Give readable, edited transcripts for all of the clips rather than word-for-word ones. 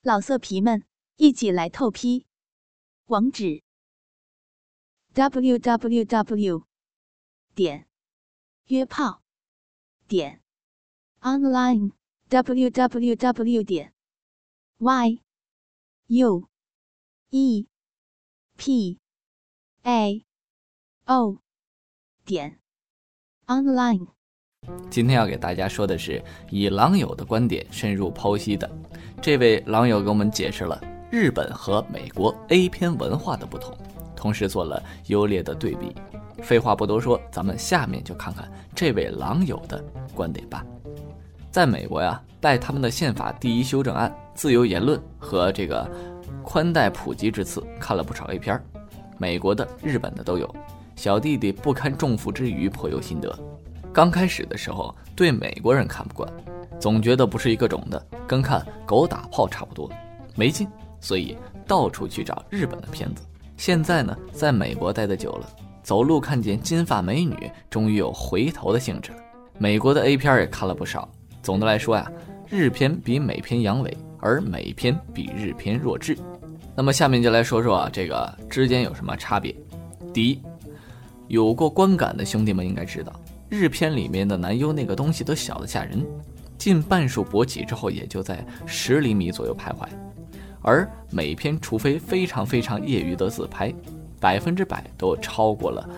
老色皮们，一起来透批！网址 www.约炮online www.yuepao.online。 今天要给大家说的是以郎友的观点深入剖析的。这位郎友给我们解释了日本和美国 A 片文化的不同，同时做了优劣的对比。废话不多说，咱们下面就看看这位郎友的观点吧。在美国呀，拜他们的宪法第一修正案、自由言论和这个宽带普及之赐，看了不少 A 片，美国的、日本的都有。小弟弟不堪重负之余，颇有心得。刚开始的时候对美国人看不惯，总觉得不是一个种的，跟看狗打炮差不多，没劲，所以到处去找日本的片子。现在呢，在美国待得久了，走路看见金发美女，终于有回头的兴致了。美国的 A 片也看了不少。总的来说呀，日片比美片阳痿，而美片比日片弱智。那么下面就来说说这个之间有什么差别。第一，有过观感的兄弟们应该知道，日片里面的男优那个东西都小得吓人，近半束勃起之后也就在10厘米左右徘徊，而美片除非非常非常业余的自拍，100%都超过了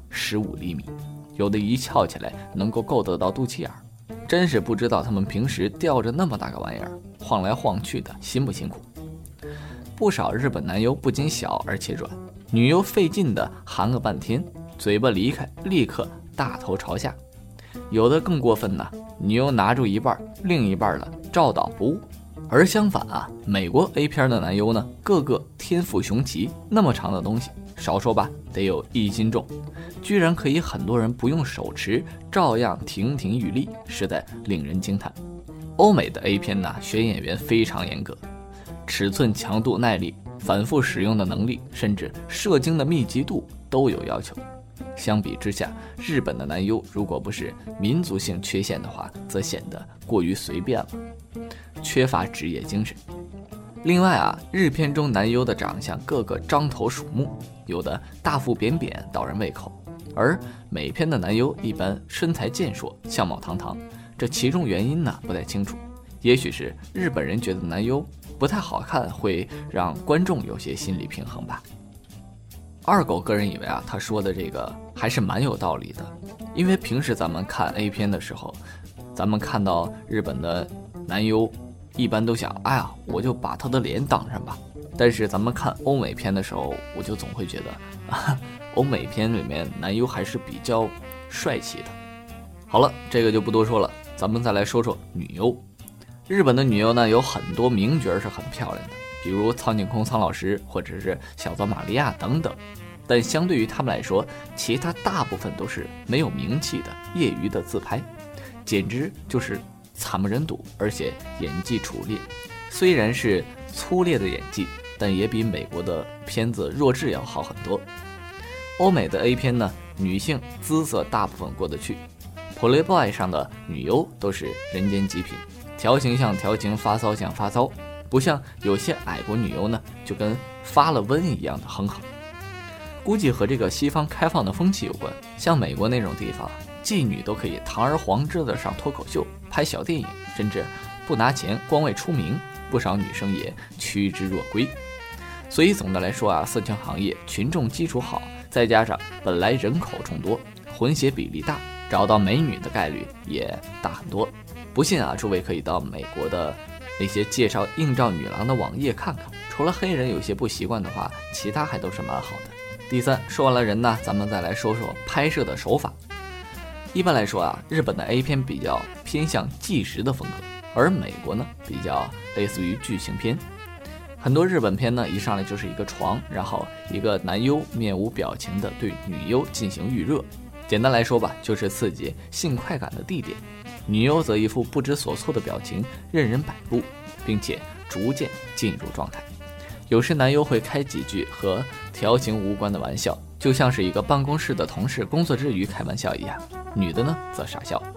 15厘米，有的一翘起来能够够得到肚脐眼，真是不知道他们平时吊着那么大个玩意儿晃来晃去的辛不辛苦。不少日本男优不仅小而且软，女优费劲的含个半天，嘴巴离开立刻大头朝下。有的更过分呢，女优拿住一半，另一半了照倒不误。而相反啊，美国 A 片的男优呢，个个天赋雄奇，那么长的东西少说吧得有1斤重，居然可以很多人不用手持照样亭亭玉立，实在令人惊叹。欧美的 A 片呢，选演员非常严格，尺寸、强度、耐力、反复使用的能力，甚至射精的密集度都有要求。相比之下，日本的男优如果不是民族性缺陷的话，则显得过于随便了，缺乏职业精神。另外啊，日片中男优的长相个个獐头鼠目，有的大腹扁扁倒人胃口，而美片的男优一般身材健硕，相貌堂堂。这其中原因呢不太清楚，也许是日本人觉得男优不太好看，会让观众有些心理平衡吧。二狗个人以为啊，他说的这个还是蛮有道理的，因为平时咱们看 A 片的时候，咱们看到日本的男优一般都想，哎呀，我就把他的脸挡上吧。但是咱们看欧美片的时候，我就总会觉得欧美片里面男优还是比较帅气的。好了，这个就不多说了，咱们再来说说女优。日本的女优呢，有很多名角是很漂亮的，比如苍井空苍老师，或者是小泽玛利亚等等。但相对于他们来说，其他大部分都是没有名气的业余的自拍，简直就是惨不忍睹，而且演技拙劣。虽然是粗劣的演技，但也比美国的片子弱智要好很多。欧美的 A 片呢，女性姿色大部分过得去， Playboy 上的女优都是人间极品，调情像调情，发骚像发骚，不像有些矮国女优呢，就跟发了瘟一样的哼哼。估计和这个西方开放的风气有关，像美国那种地方，妓女都可以堂而皇之的上脱口秀、拍小电影，甚至不拿钱光为出名，不少女生也趋之若归。所以总的来说啊，色情行业群众基础好，再加上本来人口众多，混血比例大，找到美女的概率也大很多。不信啊，诸位可以到美国的那些介绍应召女郎的网页看看，除了黑人有些不习惯的话，其他还都是蛮好的。第三，说完了人呢，咱们再来说说拍摄的手法。一般来说啊，日本的 A 片比较偏向纪实的风格，而美国呢比较类似于剧情片。很多日本片呢一上来就是一个床，然后一个男优面无表情的对女优进行预热，简单来说吧，就是刺激性快感的地点。女优则一副不知所措的表情，任人摆布，并且逐渐进入状态。有时男优会开几句和调情无关的玩笑，就像是一个办公室的同事工作之余开玩笑一样，女的呢则傻笑。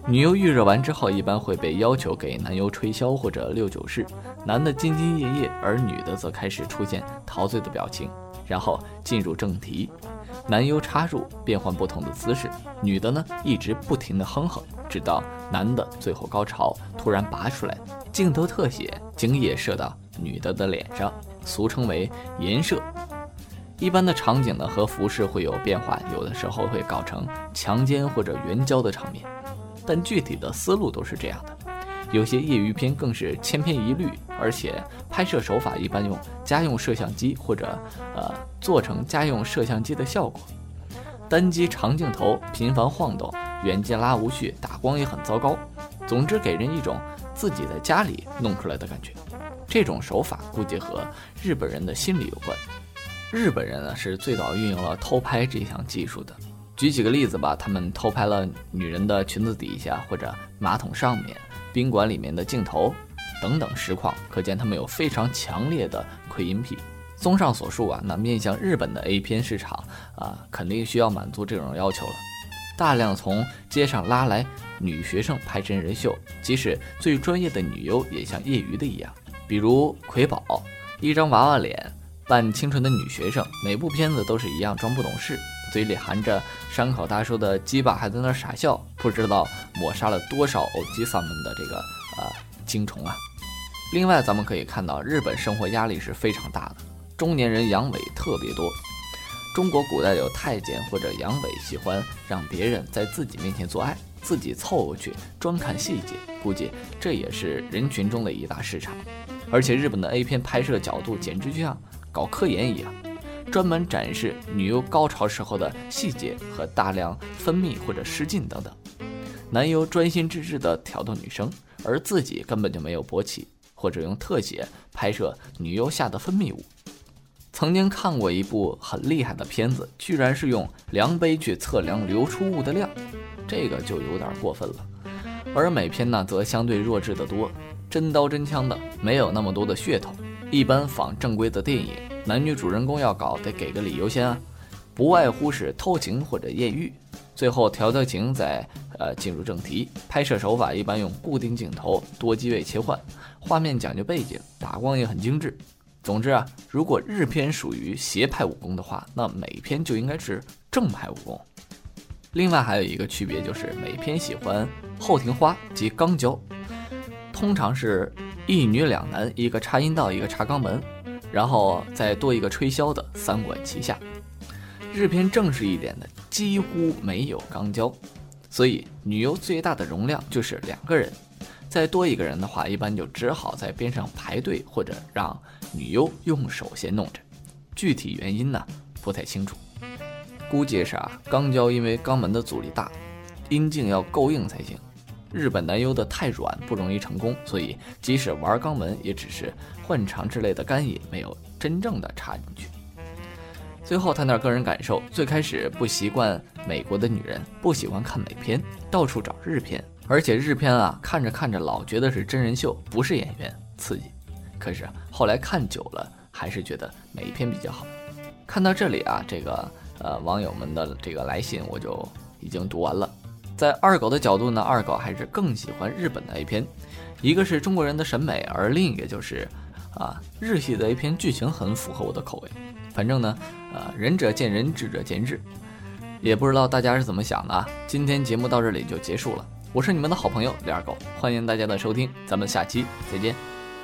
女优预热完之后，一般会被要求给男优吹箫或者六九式，男的兢兢业业，而女的则开始出现陶醉的表情，然后进入正题。男优插入，变换不同的姿势，女的呢一直不停地哼哼，直到男的最后高潮突然拔出来，镜头特写，精液射到女的脸上，俗称为颜射。一般的场景呢和服饰会有变化，有的时候会搞成强奸或者援交的场面，但具体的思路都是这样的。有些业余片更是千篇一律，而且拍摄手法一般用家用摄像机或者做成家用摄像机的效果，单机长镜头频繁晃动，远近拉无序，打光也很糟糕，总之给人一种自己在家里弄出来的感觉。这种手法估计和日本人的心理有关。日本人呢是最早运用了偷拍这项技术的。举几个例子吧，他们偷拍了女人的裙子底下或者马桶上面、宾馆里面的镜头等等实况，可见他们有非常强烈的窥淫癖。综上所述啊，那面向日本的 A 片市场肯定需要满足这种要求了。大量从街上拉来女学生拍真人秀，即使最专业的女优也像业余的一样。比如葵宝，一张娃娃脸扮清纯的女学生，每部片子都是一样装不懂事，嘴里含着山口大叔的鸡巴，还在那傻笑，不知道抹杀了多少欧吉桑们的这个精虫啊。另外咱们可以看到，日本生活压力是非常大的，中年人阳痿特别多。中国古代有太监或者阳痿喜欢让别人在自己面前做爱，自己凑过去专看细节，估计这也是人群中的一大市场。而且日本的 A 片拍摄角度简直就像搞科研一样，专门展示女优高潮时候的细节和大量分泌或者失禁等等。男优专心致志地挑逗女生，而自己根本就没有勃起，或者用特写拍摄女优下的分泌物。曾经看过一部很厉害的片子，居然是用量杯去测量流出物的量，这个就有点过分了。而美片呢，则相对弱智得多，真刀真枪的，没有那么多的噱头。一般仿正规的电影，男女主人公要搞得给个理由先啊，不外乎是偷情或者艳遇，最后调情再进入正题。拍摄手法一般用固定镜头，多机位切换，画面讲究背景，打光也很精致。总之啊，如果日片属于邪派武功的话，那美片就应该是正派武功。另外还有一个区别，就是美片喜欢后庭花及肛交，通常是一女两男，一个插阴道，一个插肛门，然后再多一个吹箫的，三管齐下。日片正式一点的几乎没有肛交，所以女优最大的容量就是2个人，再多一个人的话，一般就只好在边上排队，或者让女优用手先弄着。具体原因呢不太清楚，估计是肛交因为肛门的阻力大，阴茎要够硬才行。日本男优的太软不容易成功，所以即使玩肛门也只是换肠之类的干饮，没有真正的插进去。最后谈点个人感受，最开始不习惯美国的女人，不喜欢看美片，到处找日片，而且日片看着看着老觉得是真人秀，不是演员，刺激。可是后来看久了，还是觉得美片比较好。看到这里这个网友们的这个来信我就已经读完了。在二狗的角度呢，二狗还是更喜欢日本的 A 片，一个是中国人的审美，而另一个就是日系的 A 片剧情很符合我的口味。反正呢仁者见仁，智者见智，也不知道大家是怎么想的今天节目到这里就结束了，我是你们的好朋友李二狗，欢迎大家的收听，咱们下期再见。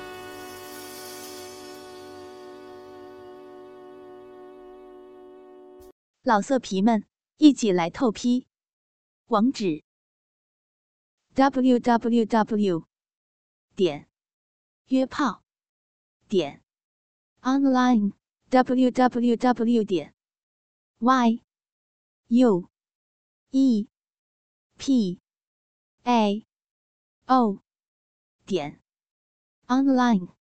老色皮们，一起来透批！网址 www.约炮.online www.yuepao.online